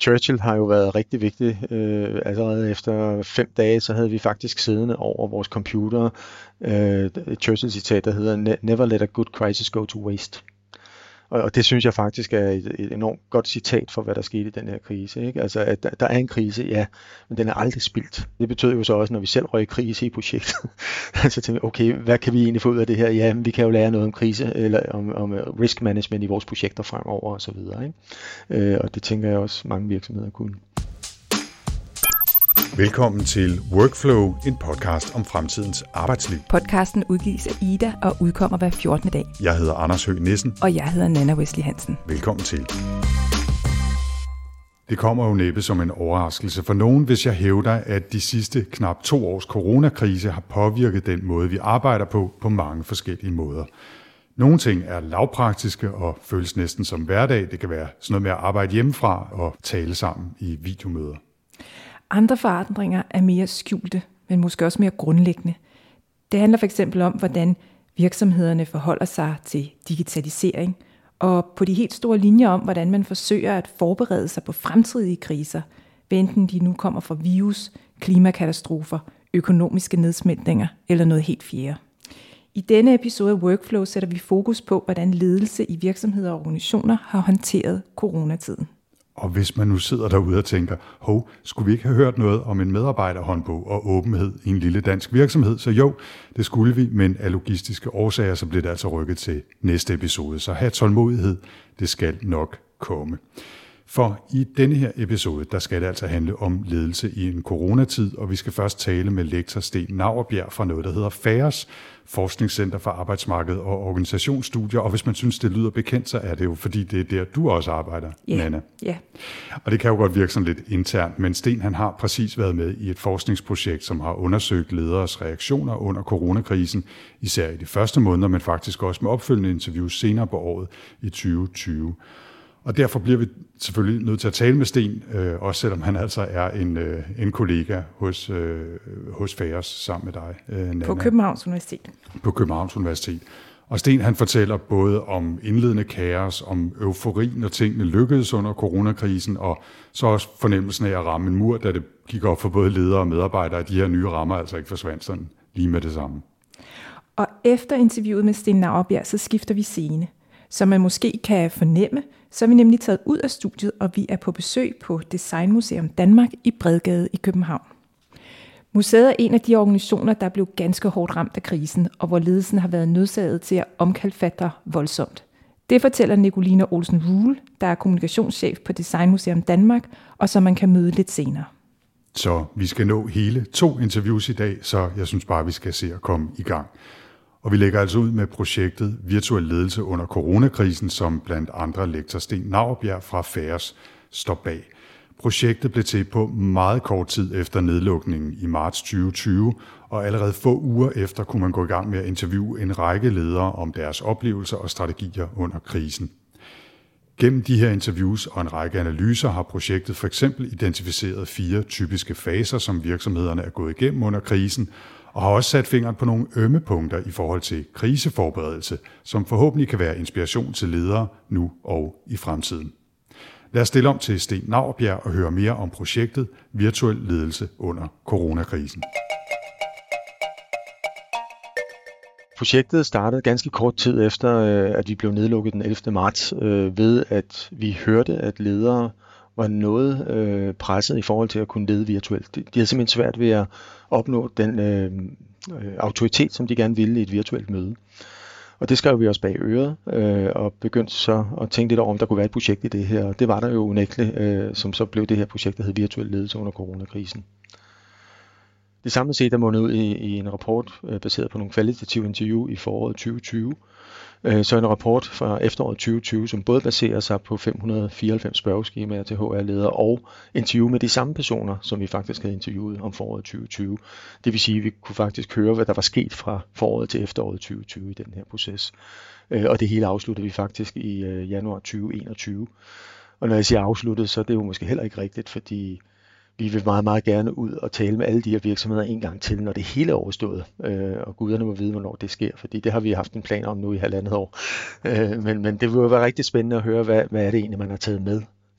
Churchill har jo været rigtig vigtig. Allerede efter 5 dage, så havde vi faktisk siddende over vores computer Churchill-citat, der hedder "Never let a good crisis go to waste". Og det synes jeg faktisk er et enormt godt citat for, hvad der skete i den her krise. Ikke? Altså, at der er en krise, ja, men den er aldrig spildt. Det betød jo så også, når vi selv røg i krise i projektet, så tænkte vi, okay, hvad kan vi egentlig få ud af det her? Ja, vi kan jo lære noget om krise, eller om risk management i vores projekter fremover og så videre. Ikke? Og det tænker jeg også, mange virksomheder kunne. Velkommen til Workflow, en podcast om fremtidens arbejdsliv. Podcasten udgives af Ida og udkommer hver 14. dag. Jeg hedder Anders Høgh Nissen. Og jeg hedder Nanna Wesley Hansen. Velkommen til. Det kommer jo næppe som en overraskelse for nogen, hvis jeg hævder, at de sidste knap 2 års coronakrise har påvirket den måde, vi arbejder på mange forskellige måder. Nogle ting er lavpraktiske og føles næsten som hverdag. Det kan være sådan noget med at arbejde hjemmefra og tale sammen i videomøder. Andre forandringer er mere skjulte, men måske også mere grundlæggende. Det handler for eksempel om, hvordan virksomhederne forholder sig til digitalisering, og på de helt store linjer om, hvordan man forsøger at forberede sig på fremtidige kriser, hvad enten de nu kommer fra virus, klimakatastrofer, økonomiske nedsmeltninger eller noget helt fjerde. I denne episode af Workflow sætter vi fokus på, hvordan ledelse i virksomheder og organisationer har håndteret coronatiden. Og hvis man nu sidder derude og tænker, skulle vi ikke have hørt noget om en medarbejderhåndbog og åbenhed i en lille dansk virksomhed? Så jo, det skulle vi, men af logistiske årsager, så bliver det altså rykket til næste episode. Så have tålmodighed, det skal nok komme. For i denne her episode, der skal det altså handle om ledelse i en coronatid, og vi skal først tale med lektor Sten Nauerbjerg fra noget, der hedder FAOS, Forskningscenter for Arbejdsmarked og Organisationsstudier. Og hvis man synes, det lyder bekendt, så er det jo, fordi det er der, du også arbejder, Nanna. Ja. Og det kan jo godt virke sådan lidt internt, men Sten han har præcis været med i et forskningsprojekt, som har undersøgt lederes reaktioner under coronakrisen, især i de første måneder, men faktisk også med opfølgende interviews senere på året i 2020. Og derfor bliver vi selvfølgelig nødt til at tale med Sten, også selvom han altså er en kollega hos FAOS sammen med dig, Nanna. På Københavns Universitet. På Københavns Universitet. Og Sten han fortæller både om indledende kaos, om eufori, når tingene lykkedes under coronakrisen, og så også fornemmelsen af at ramme en mur, da det gik op for både ledere og medarbejdere, at de her nye rammer altså ikke forsvandt sådan lige med det samme. Og efter interviewet med Sten Nauerbjerg, så skifter vi scene. Som man måske kan fornemme, så er vi nemlig taget ud af studiet, og vi er på besøg på Designmuseum Danmark i Bredgade i København. Museet er en af de organisationer, der blev ganske hårdt ramt af krisen, og hvor ledelsen har været nødsaget til at omkalfatre voldsomt. Det fortæller Nicoline Olsen Ruhl, der er kommunikationschef på Designmuseum Danmark, og som man kan møde lidt senere. Så vi skal nå hele 2 interviews i dag, så jeg synes bare, vi skal se at komme i gang. Og vi lægger altså ud med projektet Virtuel Ledelse under coronakrisen, som blandt andre lektor Sten Nauerbjerg fra FAOS står bag. Projektet blev til på meget kort tid efter nedlukningen i marts 2020, og allerede få uger efter kunne man gå i gang med at interviewe en række ledere om deres oplevelser og strategier under krisen. Gennem de her interviews og en række analyser har projektet for eksempel identificeret 4 typiske faser, som virksomhederne er gået igennem under krisen, og har også sat fingeren på nogle ømme punkter i forhold til kriseforberedelse, som forhåbentlig kan være inspiration til ledere nu og i fremtiden. Lad os stille om til Sten Nauerbjerg og høre mere om projektet Virtuel Ledelse under coronakrisen. Projektet startede ganske kort tid efter, at vi blev nedlukket den 11. marts, ved at vi hørte, at ledere var noget presset i forhold til at kunne lede virtuelt. De havde simpelthen svært ved at opnå den autoritet, som de gerne ville i et virtuelt møde. Og det skrev vi også bag øret, og begyndte så at tænke lidt over, om der kunne være et projekt i det her. Og det var der jo unægteligt, som så blev det her projekt, der hed Virtuel Ledelse under coronakrisen. Det samlet set er mundet ud i en rapport baseret på nogle kvalitative interview i foråret 2020. Så en rapport fra efteråret 2020, som både baserer sig på 594 spørgeskemaer til HR-ledere og interview med de samme personer, som vi faktisk havde interviewet om foråret 2020. Det vil sige, at vi kunne faktisk høre, hvad der var sket fra foråret til efteråret 2020 i den her proces. Og det hele afsluttede vi faktisk i januar 2021. Og når jeg siger afsluttet, så er det jo måske heller ikke rigtigt, fordi vi vil meget, meget gerne ud og tale med alle de her virksomheder en gang til, når det hele er overstået. Og guderne må vide, hvornår det sker, fordi det har vi haft en plan om nu i 1,5 år. Men det vil jo være rigtig spændende at høre, hvad er det egentlig, man har taget med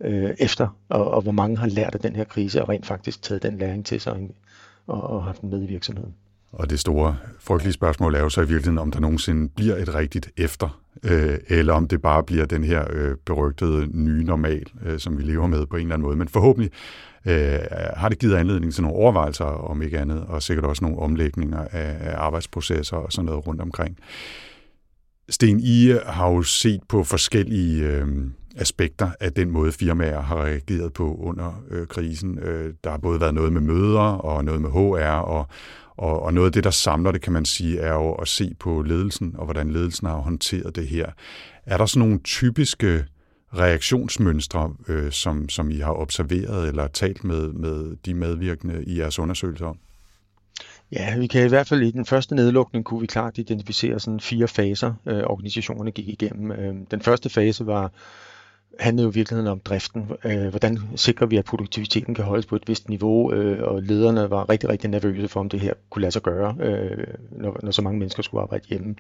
efter, og hvor mange har lært af den her krise og rent faktisk taget den læring til sig og haft den med i virksomheden. Og det store, frygtelige spørgsmål er jo så i virkeligheden, om der nogensinde bliver et rigtigt efter, eller om det bare bliver den her berygtede nye normal, som vi lever med på en eller anden måde. Men forhåbentlig har det givet anledning til nogle overvejelser om ikke andet, og sikkert også nogle omlægninger af arbejdsprocesser og sådan noget rundt omkring. Sten, I har jo set på forskellige aspekter af den måde, firmaer har reageret på under krisen. Der har både været noget med møder og noget med HR, og noget af det, der samler det, kan man sige, er jo at se på ledelsen, og hvordan ledelsen har håndteret det her. Er der sådan nogle typiske reaktionsmønstre, som I har observeret eller talt med de medvirkende i jeres undersøgelser om? Ja, vi kan i hvert fald i den første nedlukning kunne vi klart identificere sådan 4 faser, organisationerne gik igennem. Den første fase handlede jo i virkeligheden om driften. Hvordan sikrer vi, at produktiviteten kan holdes på et vist niveau, og lederne var rigtig, rigtig nervøse for, om det her kunne lade sig gøre, når så mange mennesker skulle arbejde hjemme.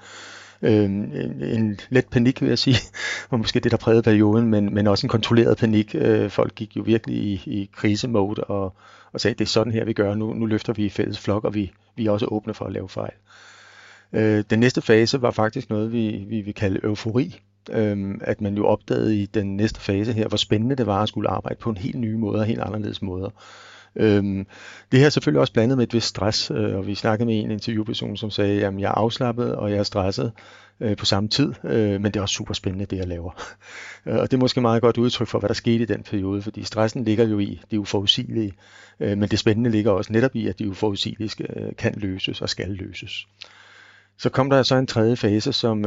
En let panik, vil jeg sige, var måske det, der prægede perioden, men også en kontrolleret panik. Folk gik jo virkelig i krisemode og sagde, det er sådan her, vi gør. Nu løfter vi i fælles flok, og vi er også åbne for at lave fejl. Den næste fase var faktisk noget, vi vil kalde eufori. At man jo opdagede i den næste fase her, hvor spændende det var at skulle arbejde på en helt ny måde og helt anderledes måder. Det her er selvfølgelig også blandet med et vist stress, og vi snakkede med en interviewperson, som sagde, at jeg er afslappet og jeg er stresset på samme tid, men det er også super spændende, det jeg laver. Og det er måske meget godt udtryk for, hvad der skete i den periode, fordi stressen ligger jo i det uforudsigelige, men det spændende ligger også netop i, at det uforudsigelige kan løses og skal løses. Så kom der så en tredje fase, som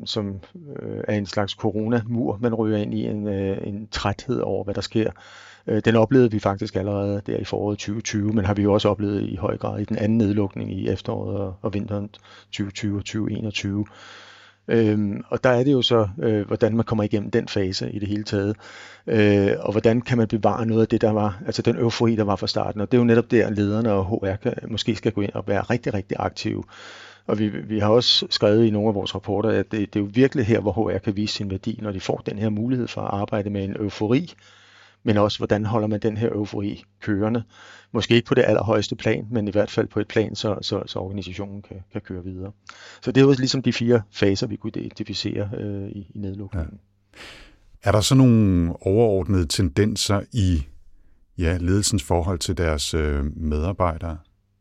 er en slags coronamur. Man ryger ind i en træthed over, hvad der sker. Den oplevede vi faktisk allerede der i foråret 2020, men har vi jo også oplevet i høj grad i den anden nedlukning i efteråret og vinteren 2020 og 2021. Og der er det jo så, hvordan man kommer igennem den fase i det hele taget, og hvordan kan man bevare noget af det, der var, altså den eufori, der var fra starten. Og det er jo netop der, lederne og HR måske skal gå ind og være rigtig, rigtig aktive. Og vi har også skrevet i nogle af vores rapporter, at det er jo virkelig her, hvor HR kan vise sin værdi, når de får den her mulighed for at arbejde med en eufori, men også hvordan holder man den her eufori kørende. Måske ikke på det allerhøjeste plan, men i hvert fald på et plan, så organisationen kan køre videre. Så det er jo ligesom de 4 faser, vi kunne identificere i nedlukningen. Ja. Er der så nogle overordnede tendenser i ledelsens forhold til deres medarbejdere?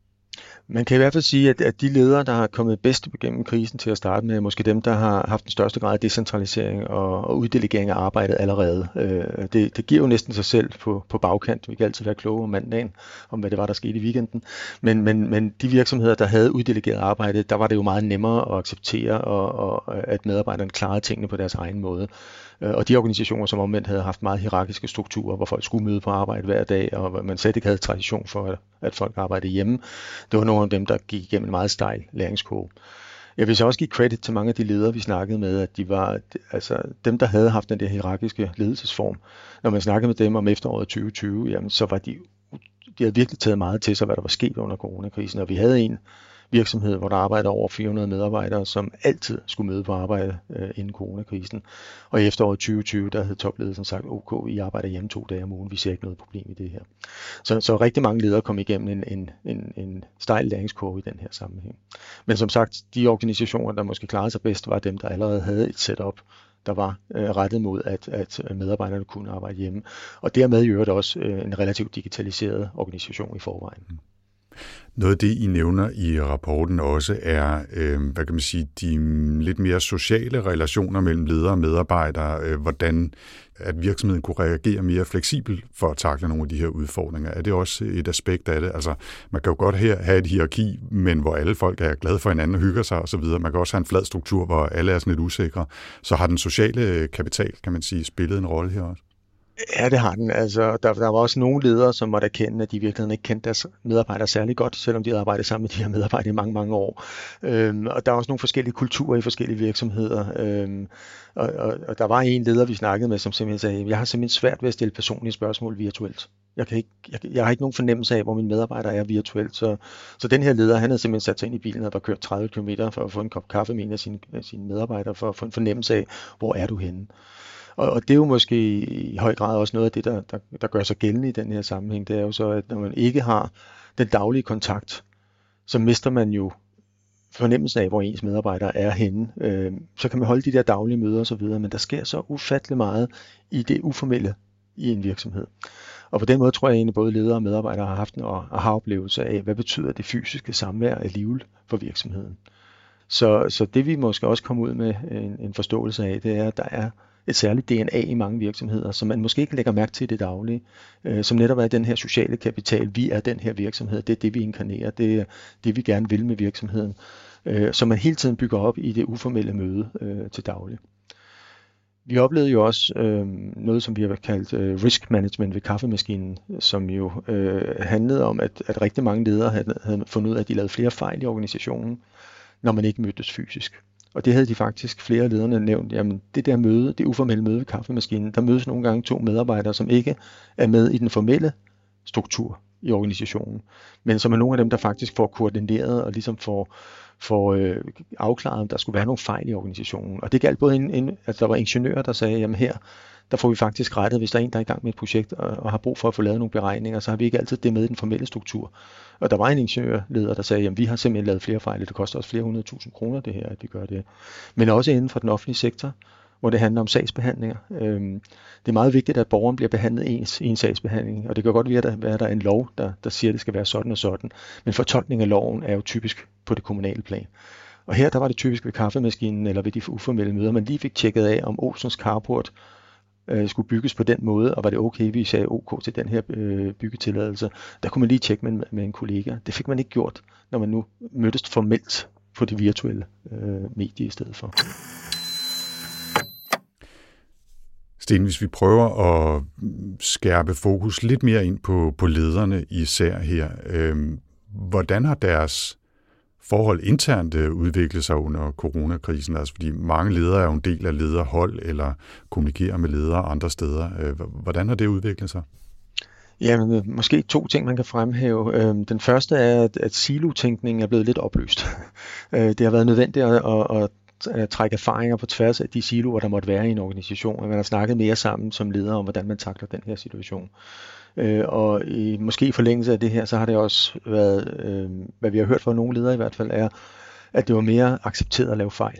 Man kan i hvert fald sige, at de ledere, der har kommet bedst igennem krisen til at starte med, er måske dem, der har haft den største grad af decentralisering og uddelegering af arbejdet allerede. Det giver jo næsten sig selv på bagkant. Vi kan altid være kloge om mandagen, om hvad det var, der skete i weekenden. Men de virksomheder, der havde uddelegeret arbejde, der var det jo meget nemmere at acceptere, og at medarbejderne klarede tingene på deres egen måde. Og de organisationer, som omvendt havde haft meget hierarkiske strukturer, hvor folk skulle møde på arbejde hver dag, og man slet ikke havde tradition for, at folk arbejdede hjemme, det var nogle af dem, der gik igennem en meget stejl læringskurve. Jeg vil så også give credit til mange af de ledere, vi snakkede med, at de var altså dem, der havde haft den der hierarkiske ledelsesform. Når man snakkede med dem om efteråret 2020, jamen, så var de havde virkelig taget meget til sig, hvad der var sket under coronakrisen, og vi havde en virksomhed, hvor der arbejder over 400 medarbejdere, som altid skulle møde på arbejde inden coronakrisen. Og i efteråret 2020, der havde topledelsen sagt, OK, I arbejder hjemme 2 dage om ugen, vi ser ikke noget problem i det her. Så rigtig mange ledere kom igennem en stejl læringskurve i den her sammenhæng. Men som sagt, de organisationer, der måske klarede sig bedst, var dem, der allerede havde et setup, der var rettet mod, at medarbejderne kunne arbejde hjemme. Og dermed gjorde det også en relativt digitaliseret organisation i forvejen. Noget af det, I nævner i rapporten også, er, hvad kan man sige, de lidt mere sociale relationer mellem ledere og medarbejdere, hvordan at virksomheden kunne reagere mere fleksibelt for at takle nogle af de her udfordringer. Er det også et aspekt af det? Altså, man kan jo godt her have et hierarki, men hvor alle folk er glade for hinanden og hygger sig osv. Man kan også have en flad struktur, hvor alle er sådan lidt usikre. Så har den sociale kapital, kan man sige, spillet en rolle her også? Ja, det har den. Altså, der var også nogle ledere, som måtte erkende, at de virkelig ikke kendte deres medarbejdere særlig godt, selvom de havde arbejdet sammen med de her medarbejdere i mange, mange år. Og der er også nogle forskellige kulturer i forskellige virksomheder. Og der var en leder, vi snakkede med, som simpelthen sagde, jeg har simpelthen svært ved at stille personlige spørgsmål virtuelt. Jeg har ikke nogen fornemmelse af, hvor mine medarbejdere er virtuelt. Så den her leder, han havde simpelthen sat sig ind i bilen og var kørt 30 km for at få en kop kaffe med en af sine medarbejdere, for at få en fornemmelse af, hvor er du henne. Og det er jo måske i høj grad også noget af det, der gør sig gældende i den her sammenhæng. Det er jo så, at når man ikke har den daglige kontakt, så mister man jo fornemmelsen af, hvor ens medarbejdere er henne. Så kan man holde de der daglige møder osv., men der sker så ufattelig meget i det uformelle i en virksomhed. Og på den måde tror jeg egentlig, både ledere og medarbejdere har haft en aha-oplevelse af, hvad betyder det fysiske samvær alligevel for virksomheden. Så det vi måske også kommer ud med en forståelse af, det er, at der er et særligt DNA i mange virksomheder, som man måske ikke lægger mærke til i det daglige, som netop er den her sociale kapital. Vi er den her virksomhed, det er det, vi inkarnerer, det er det, vi gerne vil med virksomheden, som man hele tiden bygger op i det uformelle møde til daglig. Vi oplevede jo også noget, som vi har kaldt risk management ved kaffemaskinen, som jo handlede om, at rigtig mange ledere havde fundet ud af, at de lavede flere fejl i organisationen, når man ikke mødtes fysisk. Og det havde de faktisk flere af lederne nævnt. Jamen, det der møde, det uformelle møde ved kaffemaskinen, der mødes nogle gange 2 medarbejdere, som ikke er med i den formelle struktur i organisationen, men som er nogle af dem, der faktisk får koordineret og ligesom får afklaret, om der skulle være nogle fejl i organisationen. Og det galt både at der var ingeniører, der sagde, jamen her, der får vi faktisk rettet, hvis der er en, der er i gang med et projekt og har brug for at få lavet nogle beregninger, så har vi ikke altid det med i den formelle struktur. Og der var en ingeniørleder, der sagde, jamen vi har simpelthen lavet flere fejl, det koster os flere 100.000 kroner det her, at vi gør det. Men også inden for den offentlige sektor, hvor det handler om sagsbehandlinger. Det er meget vigtigt, at borgeren bliver behandlet ens i en sagsbehandling, og det kan godt være, at der er en lov, der siger, at det skal være sådan og sådan, men fortolkning af loven er jo typisk på det kommunale plan. Og her der var det typisk ved kaffemaskinen eller ved de uformelle møder, man lige fik tjekket af, om Olsens Carport skulle bygges på den måde, og var det okay, vi sagde OK til den her byggetilladelse. Der kunne man lige tjekke med en kollega. Det fik man ikke gjort, når man nu mødtes formelt på det virtuelle medie i stedet for. Sten, hvis vi prøver at skærpe fokus lidt mere ind på lederne især her, hvordan har deres forhold internt udviklet sig under coronakrisen? Altså fordi mange ledere er jo en del af lederhold eller kommunikerer med ledere andre steder. Hvordan har det udviklet sig? Ja, måske 2 ting, man kan fremhæve. Den første er, at silotænkningen er blevet lidt opløst. Det har været nødvendigt at trække erfaringer på tværs af de siloer, der måtte være i en organisation. Man har snakket mere sammen som leder om, hvordan man takler den her situation. Og måske i forlængelse af det her, så har det også været, hvad vi har hørt fra nogle ledere i hvert fald, er, at det var mere accepteret at lave fejl.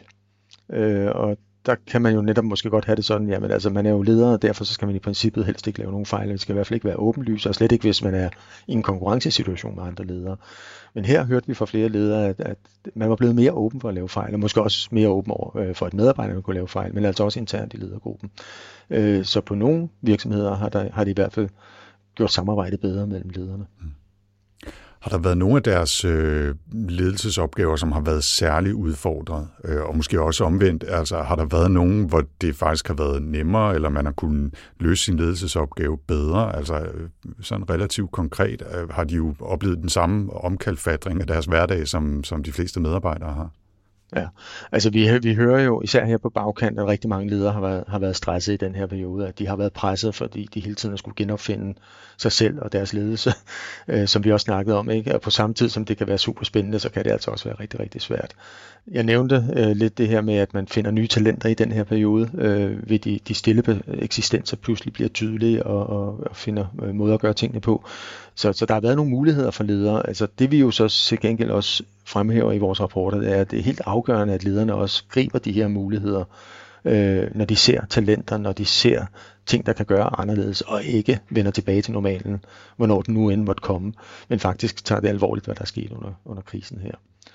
Og der kan man jo netop måske godt have det sådan, jamen altså man er jo leder, og derfor så skal man i princippet helst ikke lave nogen fejl. Det skal i hvert fald ikke være åbenlyst, og slet ikke hvis man er i en konkurrencesituation med andre ledere. Men her hørte vi fra flere ledere, at man var blevet mere åben for at lave fejl, og måske også mere åben over for, at medarbejderne kunne lave fejl, men altså også internt i ledergruppen. Så på nogle virksomheder har de i hvert fald gjort samarbejdet bedre mellem lederne. Har der været nogle af deres ledelsesopgaver, som har været særligt udfordret, og måske også omvendt? Altså har der været nogen, hvor det faktisk har været nemmere, eller man har kunnet løse sin ledelsesopgave bedre? Altså sådan relativt konkret har de jo oplevet den samme omkalfatring af deres hverdag, som de fleste medarbejdere har. Ja, altså vi hører jo især her på bagkant, at rigtig mange ledere har været stresset i den her periode, at de har været presset, fordi de hele tiden skulle genopfinde sig selv og deres ledelse, som vi også snakkede om, ikke? Og på samme tid, som det kan være super spændende, så kan det altså også være rigtig, rigtig svært. Jeg nævnte lidt det her med, at man finder nye talenter i den her periode, ved de stille eksistenser pludselig bliver tydelige og finder måder at gøre tingene på. Så der har været nogle muligheder for ledere. Altså det vi jo så til gengæld også fremhæver i vores rapporter, det er, at det er helt afgørende, at lederne også griber de her muligheder, når de ser talenter, når de ser ting, der kan gøre anderledes, og ikke vender tilbage til normalen, hvornår den nu end måtte komme, men faktisk tager det alvorligt, hvad der er sket under krisen her.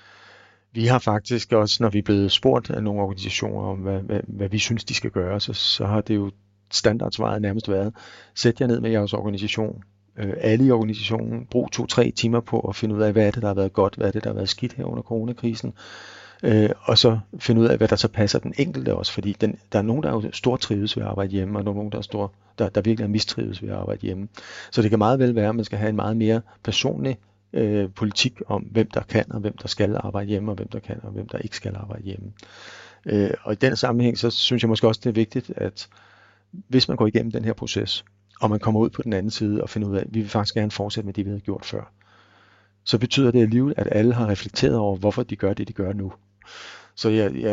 Vi har faktisk også, når vi er blevet spurgt af nogle organisationer om, hvad vi synes, de skal gøre, så har det jo standardsvaret nærmest været, sæt jer ned med jeres organisation, alle i organisationen, brug 2-3 timer på at finde ud af, hvad er det, der har været godt, hvad er det, der har været skidt her under coronakrisen, og så finde ud af, hvad der så passer den enkelte også, fordi der er nogen, der er jo stor trives ved at arbejde hjemme, og der er nogen, der virkelig er mistrives ved at arbejde hjemme. Så det kan meget vel være, at man skal have en meget mere personlig politik om, hvem der kan, og hvem der skal arbejde hjemme, og hvem der kan, og hvem der ikke skal arbejde hjemme. Og i den sammenhæng, så synes jeg måske også, det er vigtigt, at hvis man går igennem den her proces, og man kommer ud på den anden side og finder ud af, at vi vil faktisk gerne fortsætte med det, vi har gjort før, så betyder det alligevel, at alle har reflekteret over, hvorfor de gør det, de gør nu. Så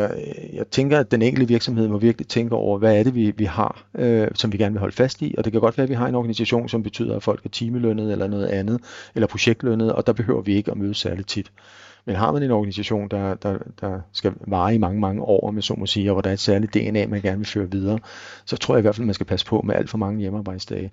jeg tænker, at den enkelte virksomhed må virkelig tænke over, hvad er det, vi har, som vi gerne vil holde fast i. Og det kan godt være, at vi har en organisation, som betyder, at folk er timelønnet eller noget andet, eller projektlønnet, og der behøver vi ikke at mødes særligt tit. Men har man en organisation, der skal vare i mange, mange år, med så må sige, og hvor der er et særligt DNA, man gerne vil føre videre, så tror jeg i hvert fald, man skal passe på med alt for mange hjemmearbejdsdage.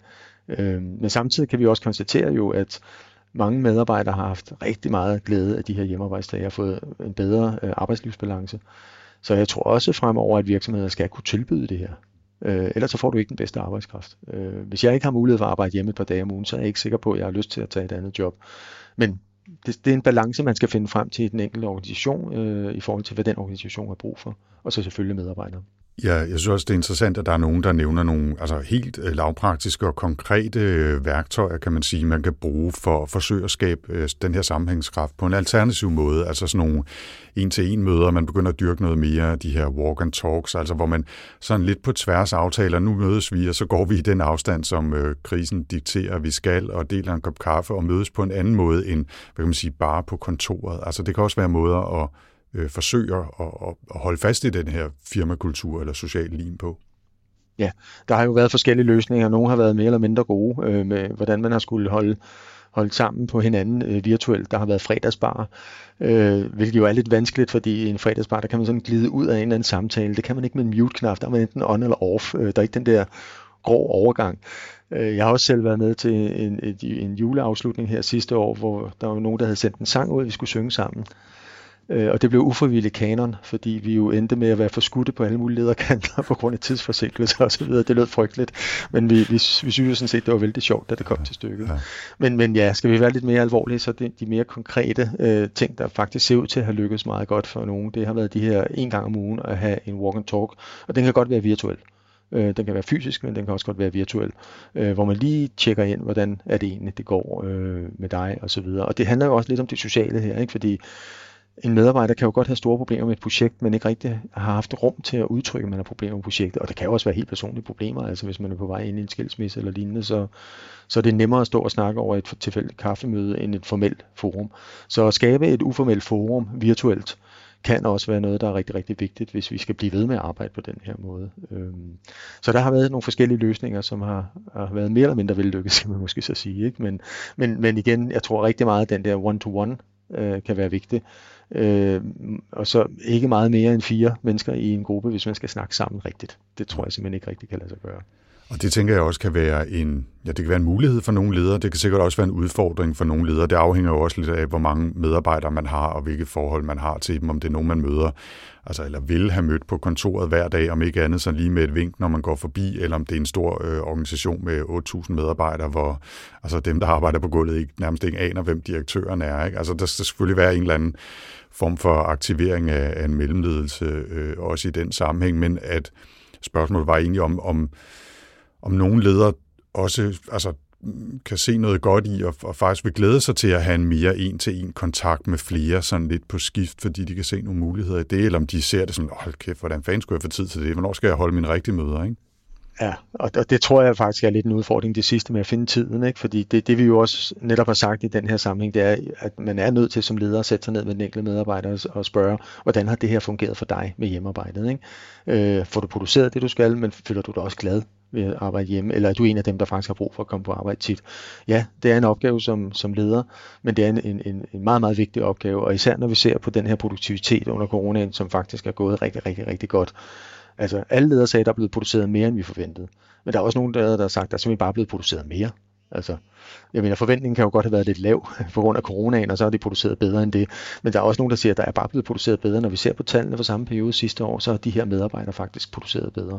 Men samtidig kan vi også konstatere jo, at mange medarbejdere har haft rigtig meget glæde af de her hjemmearbejdsdage og fået en bedre arbejdslivsbalance. Så jeg tror også fremover, at virksomheder skal kunne tilbyde det her. Ellers så får du ikke den bedste arbejdskraft. Hvis jeg ikke har mulighed for at arbejde hjemme et par dage om ugen, så er jeg ikke sikker på, at jeg har lyst til at tage et andet job. Men det er en balance, man skal finde frem til i den enkelte organisation, i forhold til, hvad den organisation har brug for. Og så selvfølgelig medarbejdere. Ja, jeg synes også, det er interessant, at der er nogen, der nævner nogle helt lavpraktiske og konkrete værktøjer, kan man sige, man kan bruge for at forsøge at skabe den her sammenhængskraft på en alternativ måde. Altså sådan nogle en-til-en møder, man begynder at dyrke noget mere, de her walk and talks, altså hvor man sådan lidt på tværs aftaler, nu mødes vi, og så går vi i den afstand, som krisen dikterer, vi skal, og deler en kop kaffe og mødes på en anden måde end, hvad kan man sige, bare på kontoret. Altså det kan også være måder at forsøger at holde fast i den her firmakultur eller social lim på? Ja, der har jo været forskellige løsninger. Nogle har været mere eller mindre gode med, hvordan man har skulle holde sammen på hinanden virtuelt. Der har været fredagsbar, hvilket jo er lidt vanskeligt, fordi i en fredagsbar, der kan man sådan glide ud af en eller anden samtale. Det kan man ikke med en mute-knap. Der er man enten on eller off. Der er ikke den der grå overgang. Jeg har også selv været med til en juleafslutning her sidste år, hvor der var nogen, der havde sendt en sang ud, vi skulle synge sammen. Og det blev ufrivillig kanon, fordi vi jo endte med at være forskudte på alle mulige lederkanter på grund af tidsforsinkelser og så videre. Det lød frygteligt, men vi synes jo sådan set, det var vældig sjovt, da det kom til stykket. Ja. Men ja, skal vi være lidt mere alvorlige, så de mere konkrete ting, der faktisk ser ud til at have lykkes meget godt for nogen, det har været de her en gang om ugen at have en walk and talk, og den kan godt være virtuel. Den kan være fysisk, men den kan også godt være virtuel, hvor man lige tjekker ind, hvordan er det egentlig, det går med dig og så videre. Og det handler jo også lidt om det sociale her, ikke? Fordi en medarbejder kan jo godt have store problemer med et projekt, men ikke rigtig har haft rum til at udtrykke, at man har problemer med projektet. Og det kan jo også være helt personlige problemer, altså hvis man er på vej ind i en skilsmisse eller lignende, så er det nemmere at stå og snakke over et tilfældigt kaffemøde end et formelt forum. Så at skabe et uformelt forum virtuelt kan også være noget, der er rigtig, rigtig vigtigt, hvis vi skal blive ved med at arbejde på den her måde. Så der har været nogle forskellige løsninger, som har været mere eller mindre vellykket, skal man måske så sige, ikke? Men igen, jeg tror rigtig meget, at den der one-to-one kan være vigtig. Og så ikke meget mere end 4 mennesker i en gruppe, hvis man skal snakke sammen rigtigt. Det tror jeg simpelthen ikke rigtig kan lade sig gøre. Og det tænker jeg også kan være det kan være en mulighed for nogle ledere. Det kan sikkert også være en udfordring for nogle ledere. Det afhænger jo også lidt af, hvor mange medarbejdere man har, og hvilke forhold man har til dem, om det er nogen, man møder, altså eller vil have mødt på kontoret hver dag, om ikke andet så lige med et vink, når man går forbi, eller om det er en stor organisation med 8.000 medarbejdere, hvor altså dem, der arbejder på gulvet, nærmest ikke aner, hvem direktøren er. Ikke? Altså der skal selvfølgelig være en eller anden form for aktivering af en mellemledelse, også i den sammenhæng, men at spørgsmålet var egentlig om nogle ledere også kan se noget godt i, og faktisk vil glæde sig til at have en mere en-til-en kontakt med flere, sådan lidt på skift, fordi de kan se nogle muligheder i det, eller om de ser det sådan, hold kæft, hvordan fanden skulle jeg få tid til det? Hvornår skal jeg holde mine rigtige møder, ikke? Ja, og det tror jeg faktisk er lidt en udfordring det sidste med at finde tiden, ikke? Fordi det vi jo også netop har sagt i den her sammenhæng, det er, at man er nødt til som leder at sætte sig ned med den enkelte medarbejder og spørge, hvordan har det her fungeret for dig med hjemmearbejdet, ikke? Får du produceret det, du skal, men føler du dig også glad ved at arbejde hjemme, eller er du en af dem, der faktisk har brug for at komme på arbejde tit? Ja, det er en opgave som leder, men det er en meget, meget vigtig opgave, og især når vi ser på den her produktivitet under coronaen, som faktisk er gået rigtig, rigtig, rigtig godt. Altså alle ledere sagde, at der er blevet produceret mere, end vi forventede. Men der er også nogle ledere, der har sagt, at der er simpelthen bare blevet produceret mere. Altså, jeg mener, forventningen kan jo godt have været lidt lav på grund af coronaen, og så har de produceret bedre end det. Men der er også nogen, der siger, at der er bare blevet produceret bedre. Når vi ser på tallene for samme periode sidste år, så har de her medarbejdere faktisk produceret bedre.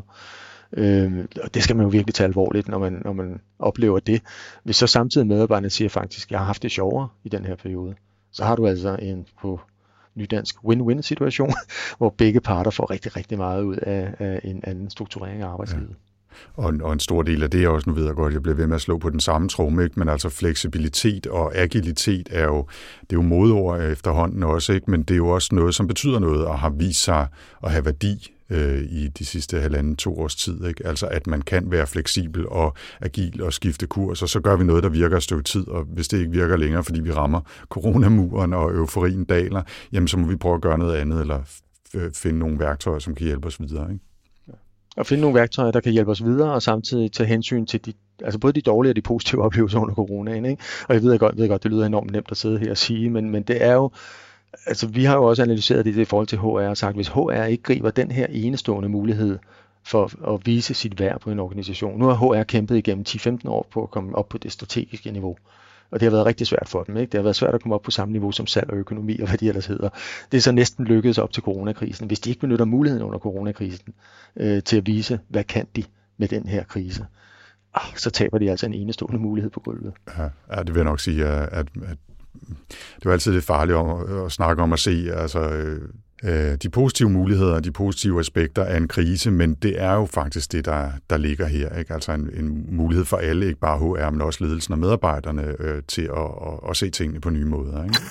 Og det skal man jo virkelig tage alvorligt, når man oplever det. Hvis så samtidig medarbejderne siger faktisk, at jeg har haft det sjovere i den her periode, så har du altså en på nydansk win-win situation, hvor begge parter får rigtig, rigtig meget ud af en anden strukturering af arbejdslivet. Ja. Og en stor del af det er også, nu ved jeg godt, jeg bliver ved med at slå på den samme tromme, ikke? Men altså fleksibilitet og agilitet det er jo modord efterhånden også, ikke? Men det er jo også noget, som betyder noget og har vist sig at have værdi i de sidste 1,5-2 års tid, ikke? Altså at man kan være fleksibel og agil og skifte kurs, og så gør vi noget, der virker et stykke tid, og hvis det ikke virker længere, fordi vi rammer coronamuren og euforien daler, jamen så må vi prøve at gøre noget andet, eller finde nogle værktøjer, som kan hjælpe os videre, ikke? Og finde nogle værktøjer, der kan hjælpe os videre, og samtidig tage hensyn til både de dårlige og de positive oplevelser under coronaen, ikke? Og jeg ved godt, det lyder enormt nemt at sidde her og sige, men det er jo, altså vi har jo også analyseret det i forhold til HR og sagt, hvis HR ikke griber den her enestående mulighed for at vise sit værd på en organisation. Nu har HR kæmpet igennem 10-15 år på at komme op på det strategiske niveau. Og det har været rigtig svært for dem, ikke? Det har været svært at komme op på samme niveau som salg og økonomi og hvad de ellers hedder. Det er så næsten lykkedes op til coronakrisen. Hvis de ikke benytter muligheden under coronakrisen til at vise, hvad kan de med den her krise, så taber de altså en enestående mulighed på gulvet. Ja, det vil jeg nok sige, at det er altid lidt farligt at snakke om at se de positive muligheder og de positive aspekter af en krise, men det er jo faktisk det, der ligger her, ikke? Altså en mulighed for alle, ikke bare HR, men også ledelsen og medarbejderne til at se tingene på nye måder, ikke?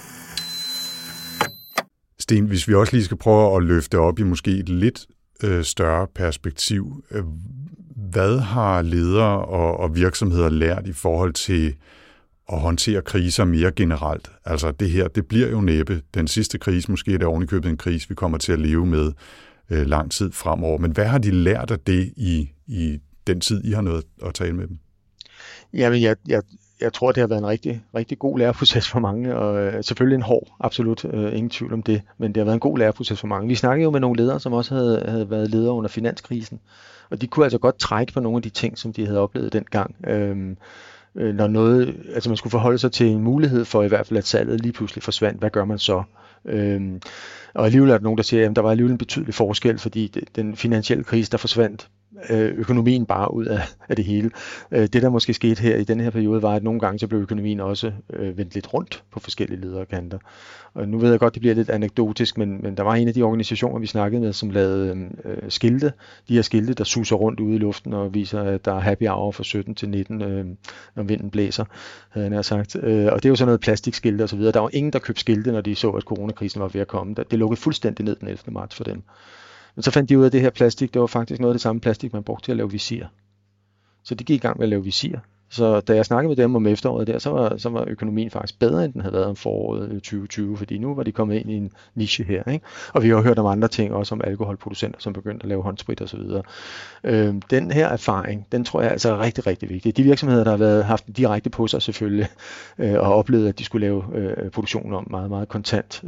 Sten, hvis vi også lige skal prøve at løfte op i måske et lidt større perspektiv, hvad har ledere og virksomheder lært i forhold til at håndtere kriser mere generelt? Altså det her, det bliver jo næppe den sidste krise, måske er det ovenikøbet en krise, vi kommer til at leve med lang tid fremover. Men hvad har de lært af det i den tid, I har noget at tale med dem? Jamen, jeg tror, det har været en rigtig, rigtig god læreproces for mange, og selvfølgelig en hård, absolut ingen tvivl om det, men det har været en god læreproces for mange. Vi snakkede jo med nogle ledere, som også havde været ledere under finanskrisen, og de kunne altså godt trække på nogle af de ting, som de havde oplevet dengang. Når noget, altså man skulle forholde sig til en mulighed for i hvert fald, at salget lige pludselig forsvandt, hvad gør man så? Og alligevel er der nogen, der siger, at der var alligevel en betydelig forskel, fordi den finansielle krise, der forsvandt økonomien bare ud af det hele. Det, der måske skete her i den her periode, var, at nogle gange så blev økonomien også vendt lidt rundt på forskellige lederkanter. Og nu ved jeg godt, det bliver lidt anekdotisk, men der var en af de organisationer, vi snakkede med, som lavede skilte. De her skilte, der suser rundt ude i luften og viser, at der er happy hour fra 17 til 19, når vinden blæser, havde jeg nær sagt. Og det er jo sådan noget plastikskilte og så videre. Der var ingen, der købte skilte, når de så, at coronakrisen var ved at komme. Det lukkede fuldstændig ned den 11. marts for dem. Men så fandt de ud af, at det her plastik, det var faktisk noget af det samme plastik, man brugte til at lave visir. Så de gik i gang med at lave visir. Så da jeg snakkede med dem om efteråret der, så var økonomien faktisk bedre, end den havde været om foråret 2020, fordi nu var de kommet ind i en niche her, ikke? Og vi har jo hørt om andre ting, også om alkoholproducenter, som begyndte at lave håndsprit og så videre. Den her erfaring, den tror jeg altså er rigtig, rigtig vigtig. De virksomheder, der har haft direkte på sig selvfølgelig, og oplevet, at de skulle lave produktion om meget, meget kontant,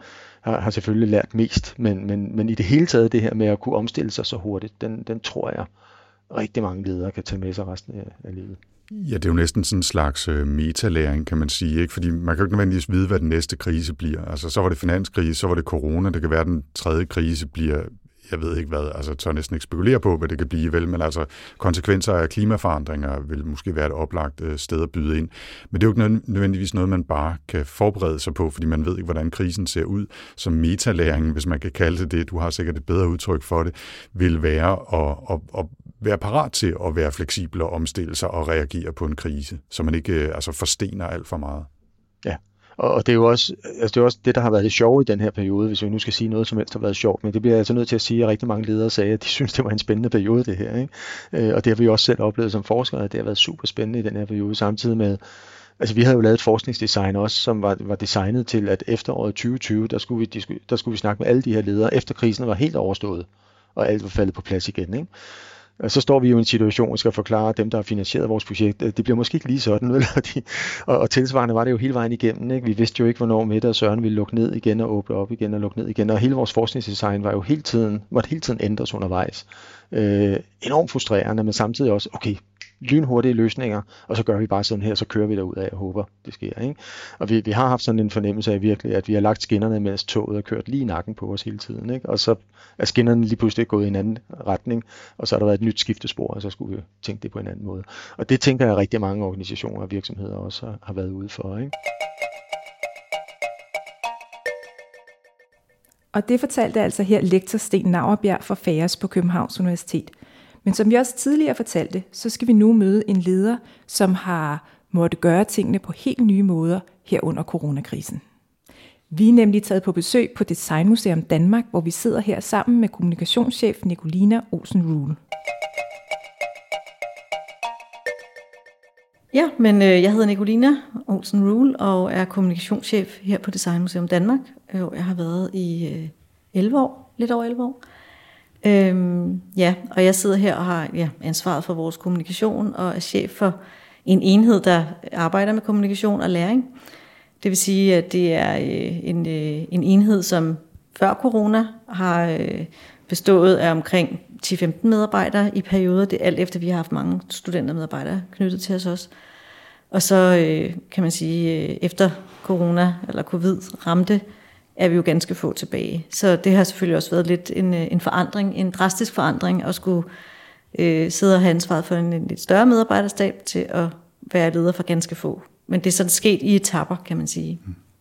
har selvfølgelig lært mest, men i det hele taget det her med at kunne omstille sig så hurtigt, den tror jeg rigtig mange ledere kan tage med sig resten af livet. Ja, det er jo næsten sådan en slags metalæring, kan man sige, ikke? Fordi man kan jo ikke nødvendigvis vide, hvad den næste krise bliver. Altså, så var det finanskrise, så var det corona, det kan være, at den tredje krise bliver, jeg ved ikke hvad, altså tør næsten ikke spekulere på, hvad det kan blive, vel, men altså konsekvenser af klimaforandringer vil måske være et oplagt sted at byde ind. Men det er jo ikke nødvendigvis noget, man bare kan forberede sig på, fordi man ved ikke, hvordan krisen ser ud. Så metalæringen, hvis man kan kalde det, du har sikkert et bedre udtryk for det, vil være at være parat til at være fleksibel og omstille sig og reagere på en krise, så man ikke forstener alt for meget. Ja. Og det er jo også, det, der har været det sjove i den her periode, hvis vi nu skal sige noget, som helst har været sjovt, men det bliver jeg altså nødt til at sige, at rigtig mange ledere sagde, at de synes, det var en spændende periode, det her, ikke? Og det har vi også selv oplevet som forskere, at det har været super spændende i den her periode, samtidig med, altså vi havde jo lavet et forskningsdesign også, som var designet til, at efteråret 2020, der skulle vi snakke med alle de her ledere, efter krisen var helt overstået, og alt var faldet på plads igen, ikke? Og så står vi jo i en situation, hvor vi skal forklare dem, der har finansieret vores projekt. Det bliver måske ikke lige sådan, vel? Og tilsvarende var det jo hele vejen igennem, ikke? Vi vidste jo ikke, hvornår Mette og Søren ville lukke ned igen og åbne op igen og lukke ned igen. Og hele vores forskningsdesign var jo måtte hele tiden ændres undervejs. Enormt frustrerende, men samtidig også, okay, lynhurtige løsninger, og så gør vi bare sådan her, så kører vi derud af og håber, det sker, ikke? Og vi har haft sådan en fornemmelse af virkelig, at vi har lagt skinnerne, mens toget har kørt lige i nakken på os hele tiden, ikke? Og så er skinnerne lige pludselig gået i en anden retning, og så har der været et nyt skiftespor, og så skulle vi tænke det på en anden måde. Og det tænker jeg rigtig mange organisationer og virksomheder også har været ude for, ikke? Og det fortalte altså her lektor Sten Nauerbjerg fra FAOS på Københavns Universitet. Men som vi også tidligere fortalte, så skal vi nu møde en leder, som har måttet gøre tingene på helt nye måder her under coronakrisen. Vi er nemlig taget på besøg på Designmuseum Danmark, hvor vi sidder her sammen med kommunikationschef Nicolina Olsen-Ruhl. Ja, men jeg hedder Nicolina Olsen-Ruhl og er kommunikationschef her på Designmuseum Danmark. Jeg har været i 11 år lidt over 11 år. Og jeg sidder her og har ansvaret for vores kommunikation og er chef for en enhed, der arbejder med kommunikation og læring. Det vil sige, at det er en enhed, som før corona har bestået af omkring 10-15 medarbejdere i perioder. Det er alt efter, vi har haft mange studentermedarbejdere knyttet til os også. Og så kan man sige, efter corona eller covid ramte, er vi jo ganske få tilbage. Så det har selvfølgelig også været lidt en forandring, en drastisk forandring, at skulle sidde og have ansvaret for en lidt større medarbejderstab til at være leder for ganske få. Men det er sådan sket i etapper, kan man sige.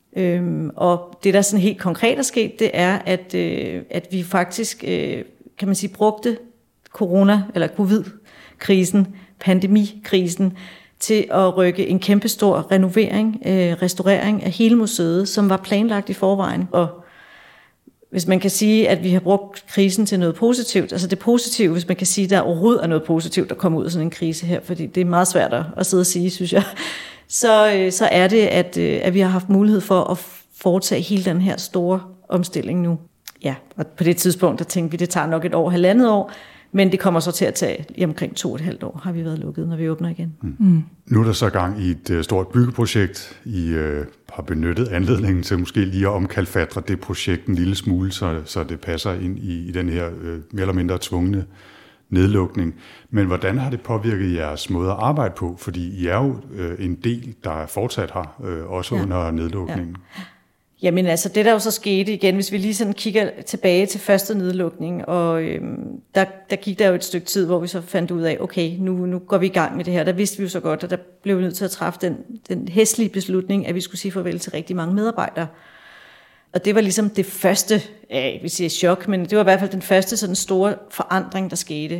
Og det, der sådan helt konkret er sket, det er, at vi faktisk, kan man sige, brugte corona, eller covid-krisen, pandemikrisen, til at rykke en kæmpestor renovering, restaurering af hele museet, som var planlagt i forvejen. Og hvis man kan sige, at vi har brugt krisen til noget positivt, altså det positive, hvis man kan sige, at der overhovedet er noget positivt, der kommer ud af sådan en krise her, fordi det er meget svært at sidde og sige, synes jeg, så er det, at vi har haft mulighed for at foretage hele den her store omstilling nu. Ja, og på det tidspunkt, der tænkte vi, det tager nok 1 år, 1,5 år, men det kommer så til at tage i omkring 2,5 år, har vi været lukket, når vi åbner igen. Nu er der så gang i et stort byggeprojekt. I har benyttet anledningen til måske lige at omkalfatre det projekt en lille smule, så det passer ind i den her mere eller mindre tvungne nedlukning. Men hvordan har det påvirket jeres måde at arbejde på? Fordi I er jo en del, der fortsat har, også under nedlukningen. Ja. Jamen altså, det der jo så skete igen, hvis vi lige sådan kigger tilbage til første nedlukning, og der gik der jo et stykke tid, hvor vi så fandt ud af, okay, nu går vi i gang med det her. Der vidste vi jo så godt, at der blev vi nødt til at træffe den hæslige beslutning, at vi skulle sige farvel til rigtig mange medarbejdere. Og det var ligesom det første, vi siger chok, men det var i hvert fald den første sådan store forandring, der skete.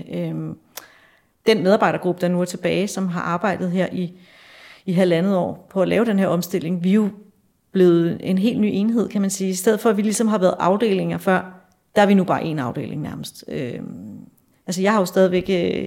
Den medarbejdergruppe, der nu er tilbage, som har arbejdet her i 1,5 år på at lave den her omstilling, vi er jo blevet en helt ny enhed, kan man sige. I stedet for, at vi ligesom har været afdelinger før, der er vi nu bare en afdeling nærmest. Altså jeg har jo stadigvæk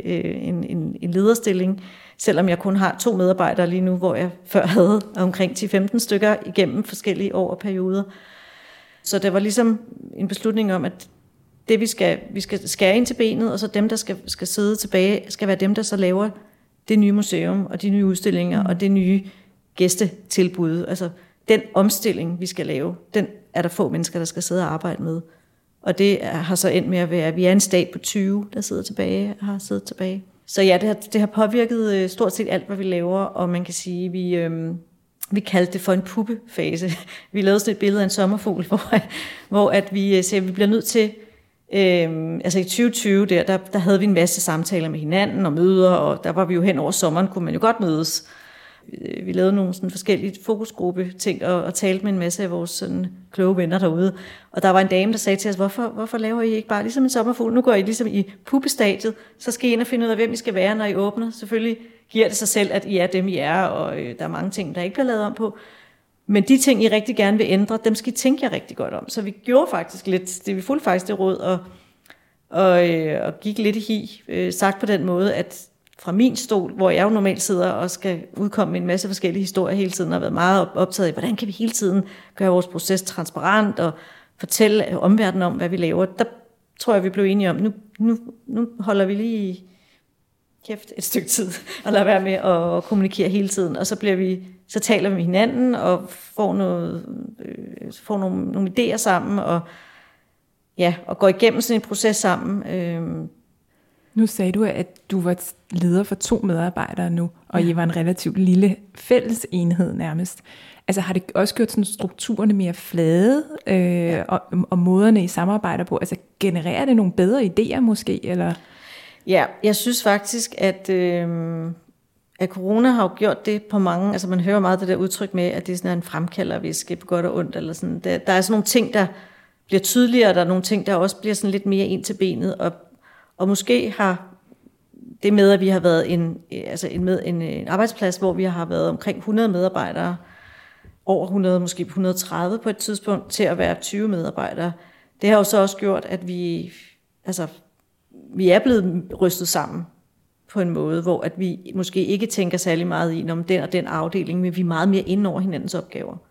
en lederstilling, selvom jeg kun har 2 medarbejdere lige nu, hvor jeg før havde omkring 10-15 stykker igennem forskellige år og perioder. Så det var ligesom en beslutning om, at det vi skal skære ind til benet, og så dem, der skal sidde tilbage, skal være dem, der så laver det nye museum, og de nye udstillinger, og det nye gæstetilbud. Altså den omstilling, vi skal lave, den er der få mennesker, der skal sidde og arbejde med. Og det har så endt med at være, at vi er en stab på 20, der sidder tilbage, har siddet tilbage. Så ja, det har påvirket stort set alt, hvad vi laver, og man kan sige, vi kaldte det for en puppefase. Vi lavede sådan et billede af en sommerfugl, hvor at vi ser, at vi bliver nødt til, altså i 2020 der havde vi en masse samtaler med hinanden og møder, og der var vi jo hen over sommeren, kunne man jo godt mødes. Vi lavede nogle sådan forskellige fokusgruppe ting og talte med en masse af vores sådan kloge venner derude. Og der var en dame, der sagde til os, hvorfor laver I ikke bare ligesom en sommerfugl? Nu går I ligesom i puppestadiet, så skal I ind og finde ud af, hvem I skal være, når I åbner. Selvfølgelig giver det sig selv, at I er dem, I er, og der er mange ting, der ikke bliver lavet om på. Men de ting, I rigtig gerne vil ændre, dem skal I tænke jer rigtig godt om. Så vi gjorde faktisk lidt, vi fulgte faktisk det råd, og gik lidt i hi, sagt på den måde, at fra min stol, hvor jeg jo normalt sidder og skal udkomme med en masse forskellige historier hele tiden, og har været meget optaget af, hvordan kan vi hele tiden gøre vores proces transparent og fortælle omverdenen om, hvad vi laver. Der tror jeg, vi blev enige om, nu holder vi lige kæft et stykke tid, og lader være med at kommunikere hele tiden, og så taler vi med hinanden, og får nogle idéer sammen, og går igennem sådan en proces sammen. Nu sagde du, at du var leder for 2 medarbejdere nu, og I var en relativt lille fælles enhed nærmest. Altså har det også gjort sådan strukturerne mere flade, og måderne I samarbejder på? Altså genererer det nogle bedre idéer måske? Eller? Ja, jeg synes faktisk, at corona har jo gjort det på mange, altså man hører meget det der udtryk med, at det er sådan en fremkalderviske på godt og ondt, eller sådan. Der er sådan nogle ting, der bliver tydeligere, og der er nogle ting, der også bliver sådan lidt mere ind til benet, og måske har det med, at vi har været en arbejdsplads, hvor vi har været omkring 100 medarbejdere, over 100, måske 130 på et tidspunkt, til at være 20 medarbejdere. Det har jo så også gjort, at vi er blevet rystet sammen på en måde, hvor at vi måske ikke tænker særlig meget i om den og den afdeling, men vi er meget mere inde over hinandens opgaver.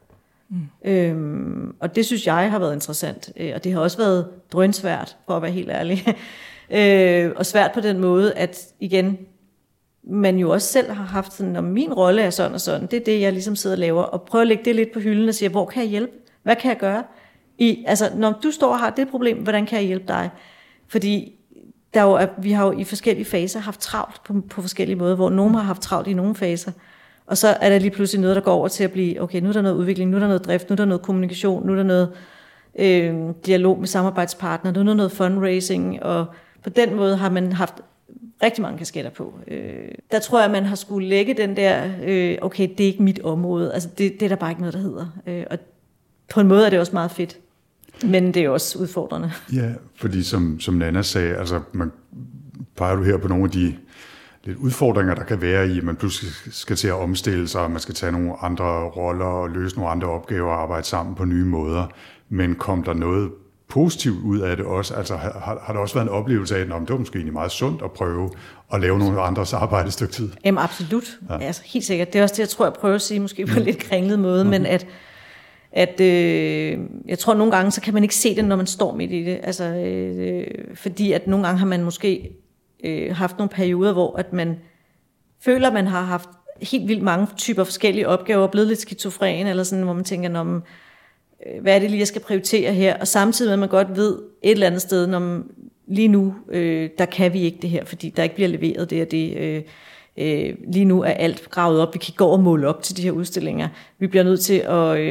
Og det synes jeg har været interessant, og det har også været drønsvært, for at være helt ærlig. Og svært på den måde, at igen, man jo også selv har haft sådan, om min rolle er sådan og sådan, det er det, jeg ligesom sidder og laver, og prøver at lægge det lidt på hylden og sige, hvor kan jeg hjælpe? Hvad kan jeg gøre? Altså, når du står og har det problem, hvordan kan jeg hjælpe dig? Fordi vi har jo i forskellige faser haft travlt på forskellige måder, hvor nogen har haft travlt i nogle faser, og så er der lige pludselig noget, der går over til at blive, okay, nu er der noget udvikling, nu er der noget drift, nu er der noget kommunikation, nu er der noget dialog med samarbejdspartnere, nu er der noget fundraising, og på den måde har man haft rigtig mange kasketter på. Der tror jeg, man har skulle lægge den der, okay, det er ikke mit område, altså det er der bare ikke noget, der hedder. Og på en måde er det også meget fedt, men det er også udfordrende. Ja, fordi som Nanna sagde, altså man peger du her på nogle af de lidt udfordringer, der kan være i, at man pludselig skal til at omstille sig, og man skal tage nogle andre roller og løse nogle andre opgaver og arbejde sammen på nye måder. Men kom der noget positivt ud af det også? Altså har der også været en oplevelse af, at det var måske egentlig meget sundt at prøve at lave nogle andres arbejde et stykke tid? Jamen absolut, ja. Altså helt sikkert. Det er også det, jeg tror, jeg prøver at sige, måske på en lidt kringlet måde, men at jeg tror nogle gange, så kan man ikke se det, når man står midt i det. Altså, fordi at nogle gange har man måske haft nogle perioder, hvor at man føler, at man har haft helt vildt mange typer forskellige opgaver, blevet lidt skizofren, eller sådan, hvor man tænker, hvad er det lige, jeg skal prioritere her? Og samtidig med, at man godt ved et eller andet sted, når lige nu, der kan vi ikke det her, fordi der ikke bliver leveret det og det. Lige nu er alt gravet op. Vi kan gå og måle op til de her udstillinger. Vi bliver nødt til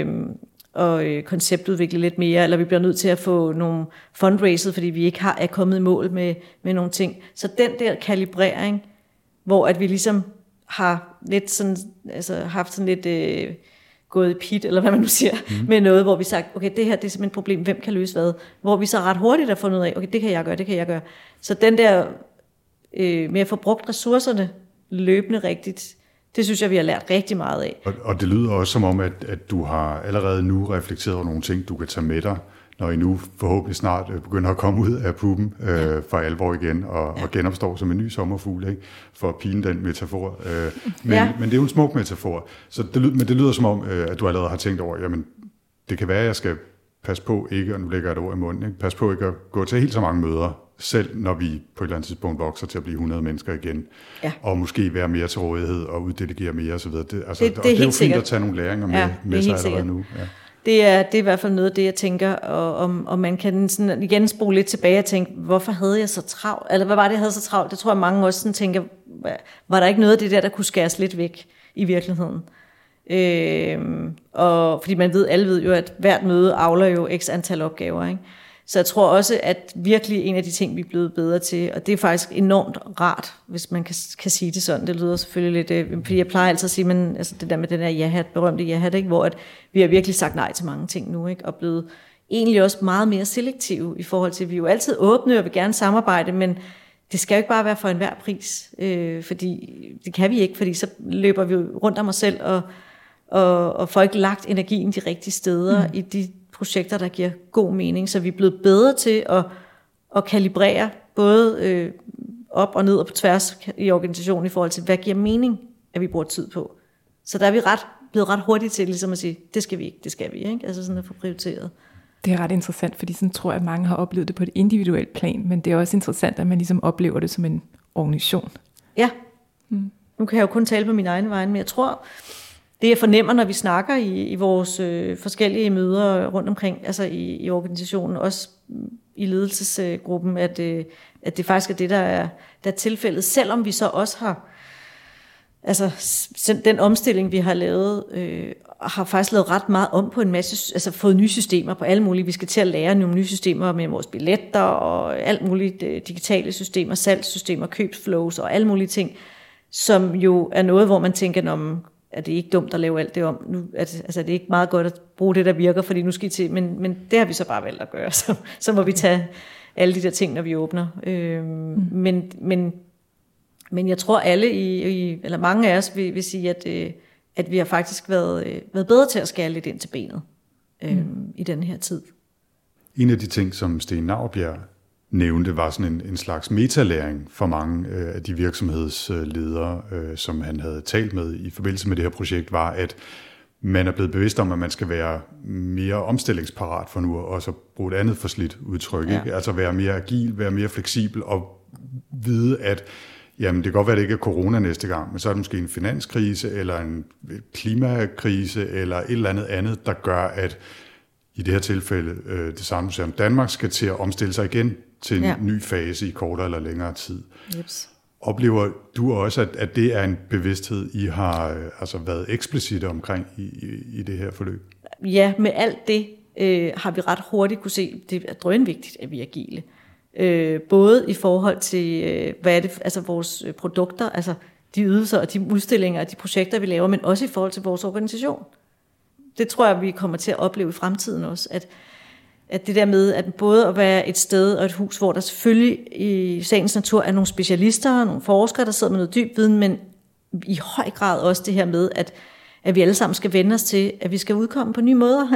at konceptudvikle lidt mere, eller vi bliver nødt til at få nogle fundraiset, fordi vi ikke er kommet i mål med nogle ting. Så den der kalibrering, hvor at vi ligesom har lidt sådan, altså haft sådan lidt gået i pit, eller hvad man nu siger, med noget, hvor vi sagt, okay, det her det er simpelthen et problem, hvem kan løse hvad? Hvor vi så ret hurtigt har fundet ud af, okay, det kan jeg gøre. Så den der med at få brugt ressourcerne løbende rigtigt, det synes jeg, vi har lært rigtig meget af. Og det lyder også som om, at du har allerede nu reflekteret over nogle ting, du kan tage med dig, når I nu forhåbentlig snart begynder at komme ud af puben for alvor igen, og genopstår som en ny sommerfugl, ikke? For at pine den metafor. Men det er jo en smuk metafor. Så men det lyder som om, at du allerede har tænkt over, jamen, det kan være, at jeg skal passe på ikke, og nu lægger jeg et ord i munden, ikke? Pas på ikke at gå til helt så mange møder, selv når vi på et eller andet tidspunkt vokser til at blive 100 mennesker igen, og måske være mere til rådighed og uddelegere mere osv. Det er jo fint sikkert at tage nogle læringer med sig allerede nu. Ja. Det er i hvert fald noget af det, jeg tænker, og man kan sådan igen spole lidt tilbage og tænke, hvorfor havde jeg så travlt? Eller hvad var det, jeg havde så travlt? Det tror jeg, mange også sådan tænker, var der ikke noget af det der kunne skæres lidt væk i virkeligheden? Og fordi alle ved jo, at hvert møde avler jo x antal opgaver, ikke? Så jeg tror også, at virkelig en af de ting, vi er blevet bedre til, og det er faktisk enormt rart, hvis man kan sige det sådan. Det lyder selvfølgelig lidt, fordi jeg plejer altid at sige, men altså det der med den her ja-hat, berømte ja-hat, ikke? Hvor at vi har virkelig sagt nej til mange ting nu, ikke? Og blevet egentlig også meget mere selektive i forhold til, at vi er jo altid åbne og vil gerne samarbejde, men det skal jo ikke bare være for enhver pris, fordi det kan vi ikke, fordi så løber vi rundt om os selv og får ikke lagt energien de rigtige steder i de projekter, der giver god mening. Så vi er blevet bedre til at kalibrere både op og ned og på tværs i organisationen i forhold til, hvad giver mening, at vi bruger tid på. Så der er vi blevet ret hurtigt til ligesom at sige, det skal vi ikke? Altså sådan at få prioriteret. Det er ret interessant, fordi sådan tror jeg, at mange har oplevet det på et individuelt plan, men det er også interessant, at man ligesom oplever det som en organisation. Ja. Nu kan jeg jo kun tale på min egen vegne, men jeg tror, det jeg fornemmer, når vi snakker i vores forskellige møder rundt omkring, altså i organisationen, også i ledelsesgruppen, at det faktisk er det, der er tilfældet, selvom vi så også har, altså den omstilling, vi har lavet, har faktisk lavet ret meget om på en masse, altså fået nye systemer på alle mulige. Vi skal til at lære nogle nye systemer med vores billetter og alt muligt digitale systemer, salgssystemer, købsflows og alle mulige ting, som jo er noget, hvor man tænker, er det ikke dumt at lave alt det om? Nu, altså det er ikke meget godt at bruge det, der virker, fordi nu skal I til, men det har vi så bare valgt at gøre, så må vi tage alle de der ting, når vi åbner. Men jeg tror alle eller mange af os vil sige, at vi har faktisk været bedre til at skære lidt ind til benet i den her tid. En af de ting, som Sten Naubjerg nævnte, var sådan en slags metalæring for mange af de virksomhedsledere, som han havde talt med i forbindelse med det her projekt, var, at man er blevet bevidst om, at man skal være mere omstillingsparat for nu, og så bruge et andet forslidt udtryk. Ja. Ikke? Altså være mere agil, være mere fleksibel og vide, at jamen, det kan godt være, at det ikke er corona næste gang, men så er det måske en finanskrise, eller en klimakrise, eller et eller andet, der gør, at i det her tilfælde Designmuseum Danmark skal til at omstille sig igen til en ny fase i kortere eller længere tid. Jeps. Oplever du også, at det er en bevidsthed, I har været eksplicite omkring i det her forløb? Ja, med alt det har vi ret hurtigt kunne se, det er drønvigtigt, at vi er agile. Både i forhold til, hvad er det, altså vores produkter, altså de ydelser og de udstillinger og de projekter, vi laver, men også i forhold til vores organisation. Det tror jeg, vi kommer til at opleve i fremtiden også, at det der med, at både at være et sted og et hus, hvor der selvfølgelig i sagens natur er nogle specialister, nogle forskere, der sidder med noget dyb viden, men i høj grad også det her med, at vi alle sammen skal vende os til, at vi skal udkomme på nye måder.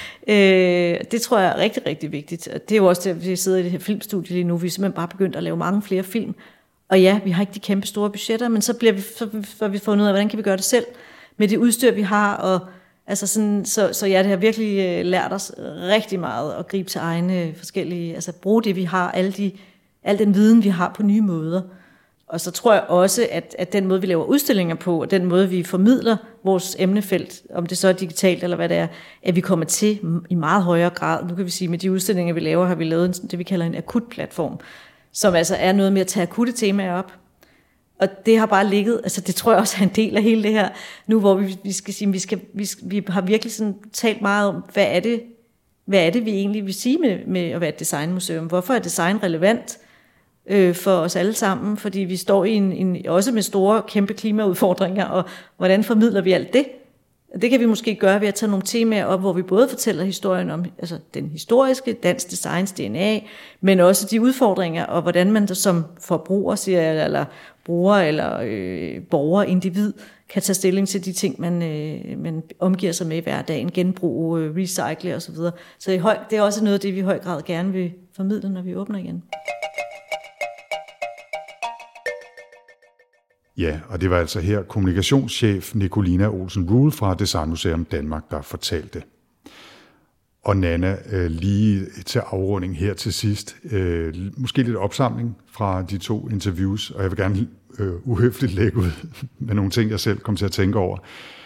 Det tror jeg er rigtig, rigtig vigtigt. Det er jo også det, at vi sidder i det her filmstudie lige nu. Vi er simpelthen bare begyndt at lave mange flere film. Og ja, vi har ikke de kæmpe store budgetter, men så får vi fundet ud af, hvordan kan vi gøre det selv med det udstyr, vi har. Og altså sådan, så ja, det har virkelig lært os rigtig meget at gribe til egne forskellige, altså bruge det, vi har, al den viden, vi har på nye måder. Og så tror jeg også, at den måde, vi laver udstillinger på, og den måde, vi formidler vores emnefelt, om det så er digitalt eller hvad det er, at vi kommer til i meget højere grad. Nu kan vi sige, at med de udstillinger, vi laver, har vi lavet det, vi kalder en akut platform, som altså er noget med at tage akutte temaer op. Og det har bare ligget, altså det tror jeg også er en del af hele det her, nu hvor vi skal sige, vi har virkelig sådan talt meget om, hvad er det vi egentlig vil sige med at være et designmuseum? Hvorfor er design relevant for os alle sammen? Fordi vi står i også med store, kæmpe klimaudfordringer, og hvordan formidler vi alt det? Det kan vi måske gøre ved at tage nogle temaer op, hvor vi både fortæller historien om altså den historiske dansk designs DNA, men også de udfordringer, og hvordan man som forbruger, eller bruger eller borger, individ, kan tage stilling til de ting, man omgiver sig med i hverdagen, genbruge, recycle osv. Så det er også noget af det, vi i høj grad gerne vil formidle, når vi åbner igen. Ja, og det var altså her kommunikationschef Nicolina Olsen-Ruhl fra Designmuseum Danmark, der fortalte. Og Nanna, lige til afrunding her til sidst, måske lidt opsamling fra de to interviews, og jeg vil gerne uhøfligt lægge ud med nogle ting, jeg selv kom til at tænke over.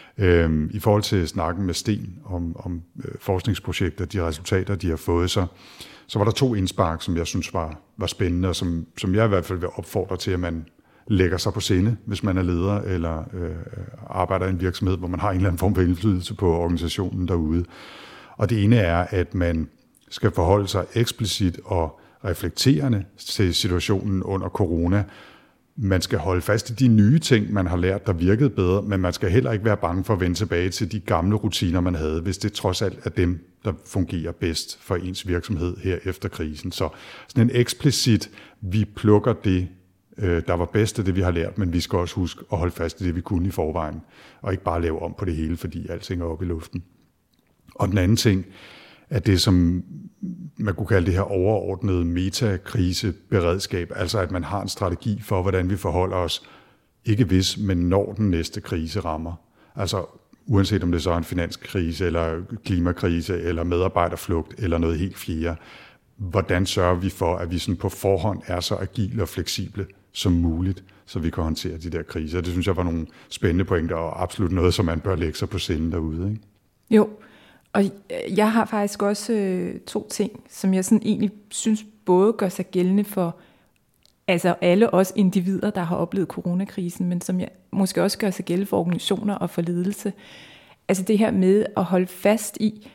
I forhold til snakken med Sten om forskningsprojekter, de resultater, de har fået, så var der 2 indspark, som jeg synes var spændende, og som jeg i hvert fald vil opfordre til, at man lægger sig på sinde, hvis man er leder eller arbejder i en virksomhed, hvor man har en eller anden form for indflydelse på organisationen derude. Og det ene er, at man skal forholde sig eksplicit og reflekterende til situationen under corona. Man skal holde fast i de nye ting, man har lært, der virkede bedre, men man skal heller ikke være bange for at vende tilbage til de gamle rutiner, man havde, hvis det trods alt er dem, der fungerer bedst for ens virksomhed her efter krisen. Så sådan en eksplicit, vi plukker det, der var bedst af det, vi har lært, men vi skal også huske at holde fast i det, vi kunne i forvejen, og ikke bare lave om på det hele, fordi alting er oppe i luften. Og den anden ting er det, som man kunne kalde det her overordnede metakriseberedskab, altså at man har en strategi for, hvordan vi forholder os, ikke hvis, men når den næste krise rammer. Altså uanset om det så er en finanskrise, eller klimakrise, eller medarbejderflugt, eller noget helt fjerde. Hvordan sørger vi for, at vi sådan på forhånd er så agile og fleksible som muligt, så vi kan håndtere de der kriser? Det synes jeg var nogle spændende pointer, og absolut noget, som man bør lægge sig på sinde derude, ikke? Jo, og jeg har faktisk også 2 ting, som jeg sådan egentlig synes både gør sig gældende for altså alle os individer, der har oplevet coronakrisen, men som jeg måske også gør sig gældende for organisationer og for ledelse. Altså det her med at holde fast i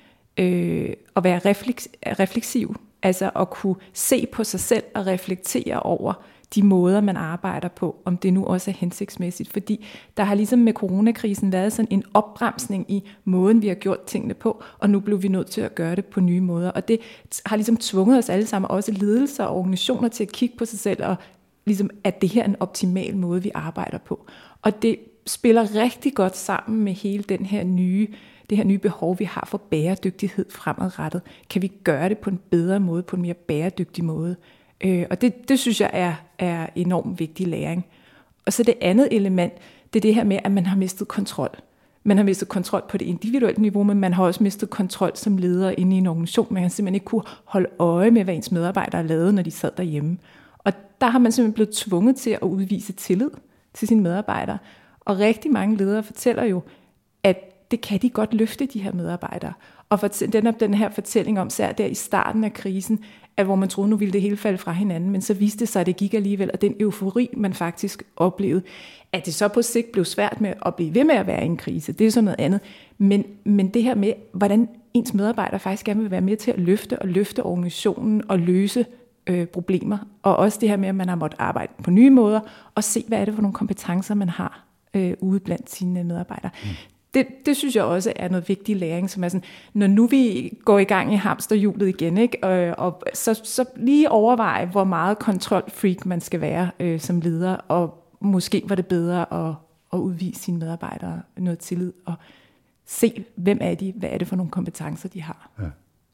at være refleksiv, altså at kunne se på sig selv og reflektere over de måder, man arbejder på, om det nu også er hensigtsmæssigt. Fordi der har ligesom med coronakrisen været sådan en opbremsning i måden, vi har gjort tingene på, og nu blev vi nødt til at gøre det på nye måder. Og det har ligesom tvunget os alle sammen, også ledelser og organisationer, til at kigge på sig selv, og ligesom, at det her er en optimal måde, vi arbejder på. Og det spiller rigtig godt sammen med hele det her nye behov, vi har for bæredygtighed fremadrettet. Kan vi gøre det på en bedre måde, på en mere bæredygtig måde? Og det synes jeg er enormt vigtig læring. Og så det andet element, det er det her med, at man har mistet kontrol. Man har mistet kontrol på det individuelle niveau, men man har også mistet kontrol som leder inde i en organisation. Man kan simpelthen ikke kunne holde øje med, hvad ens medarbejdere lavede, når de sad derhjemme. Og der har man simpelthen blevet tvunget til at udvise tillid til sine medarbejdere. Og rigtig mange ledere fortæller jo, at det kan de godt løfte, de her medarbejdere. Og den her fortælling om, så der i starten af krisen, at hvor man troede, nu ville det hele falde fra hinanden, men så viste det sig, at det gik alligevel, og den eufori, man faktisk oplevede, at det så på sigt blev svært med at blive ved med at være i en krise, det er så noget andet. Men det her med, hvordan ens medarbejdere faktisk gerne vil være med til at løfte organisationen og løse problemer, og også det her med, at man har måttet arbejde på nye måder, og se, hvad er det for nogle kompetencer, man har ude blandt sine medarbejdere. Det synes jeg også er noget vigtig læring, som er sådan, når nu vi går i gang i hamsterhjulet igen, ikke? Og så lige overveje, hvor meget kontrolfreak man skal være som leder, og måske var det bedre at udvise sine medarbejdere noget tillid, og se, hvem er de, hvad er det for nogle kompetencer, de har. Ja.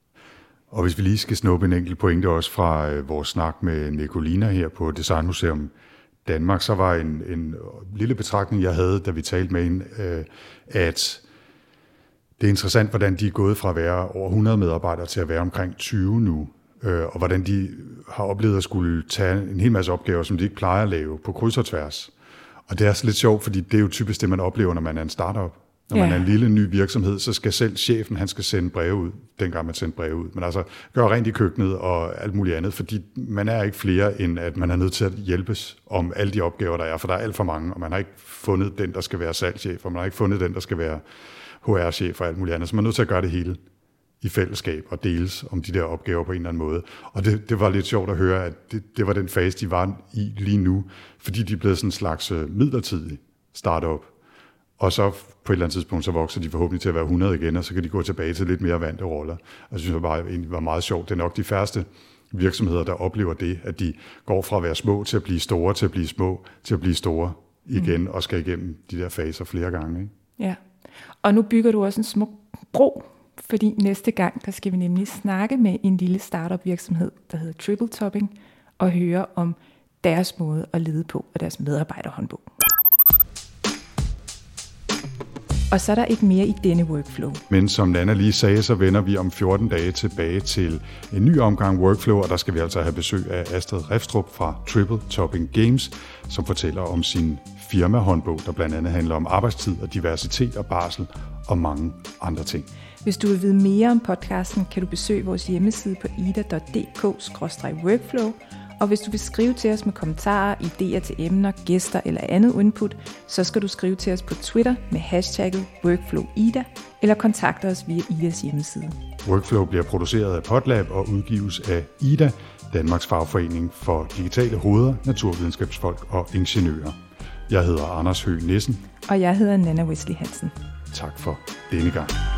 Og hvis vi lige skal snuppe en enkelt pointe også fra vores snak med Nicolina her på Designmuseum Danmark, så var en lille betragtning, jeg havde, da vi talte med hende, at det er interessant, hvordan de er gået fra at være over 100 medarbejdere til at være omkring 20 nu, og hvordan de har oplevet at skulle tage en hel masse opgaver, som de ikke plejer at lave på kryds og tværs. Og det er lidt sjovt, fordi det er jo typisk det, man oplever, når man er en startup. Når man er en lille ny virksomhed, så skal selv chefen, han skal sende breve ud, dengang man sendte breve ud. Men altså, gøre rent i køkkenet og alt muligt andet, fordi man er ikke flere, end at man er nødt til at hjælpes om alle de opgaver, der er, for der er alt for mange, og man har ikke fundet den, der skal være salgschef, og man har ikke fundet den, der skal være HR-chef og alt muligt andet. Så man er nødt til at gøre det hele i fællesskab og deles om de der opgaver på en eller anden måde. Og det var lidt sjovt at høre, at det var den fase, de var i lige nu, fordi de er blevet sådan en slags midlertidig startup. Og så på et eller andet tidspunkt, så vokser de forhåbentlig til at være 100 igen, og så kan de gå tilbage til lidt mere vante roller. Og jeg synes, det var meget sjovt. Det er nok de færreste virksomheder, der oplever det, at de går fra at være små til at blive store, til at blive små, til at blive store igen, og skal igennem de der faser flere gange. Ikke? Ja, og nu bygger du også en smuk bro, fordi næste gang, der skal vi nemlig snakke med en lille startup virksomhed, der hedder Triple Topping, og høre om deres måde at lede på, og deres medarbejderhåndbog. Og så er der ikke mere i denne workflow. Men som Nanna lige sagde, så vender vi om 14 dage tilbage til en ny omgang workflow, og der skal vi altså have besøg af Astrid Refstrup fra Triple Topping Games, som fortæller om sin firmahåndbog, der blandt andet handler om arbejdstid og diversitet og barsel og mange andre ting. Hvis du vil vide mere om podcasten, kan du besøge vores hjemmeside på ida.dk/workflow. Og hvis du vil skrive til os med kommentarer, idéer til emner, gæster eller andet input, så skal du skrive til os på Twitter med hashtagget WorkflowIda, eller kontakte os via Idas hjemmeside. Workflow bliver produceret af Podlab og udgives af Ida, Danmarks fagforening for digitale hoveder, naturvidenskabsfolk og ingeniører. Jeg hedder Anders Høgh Nissen. Og jeg hedder Nanna Wesley Hansen. Tak for denne gang.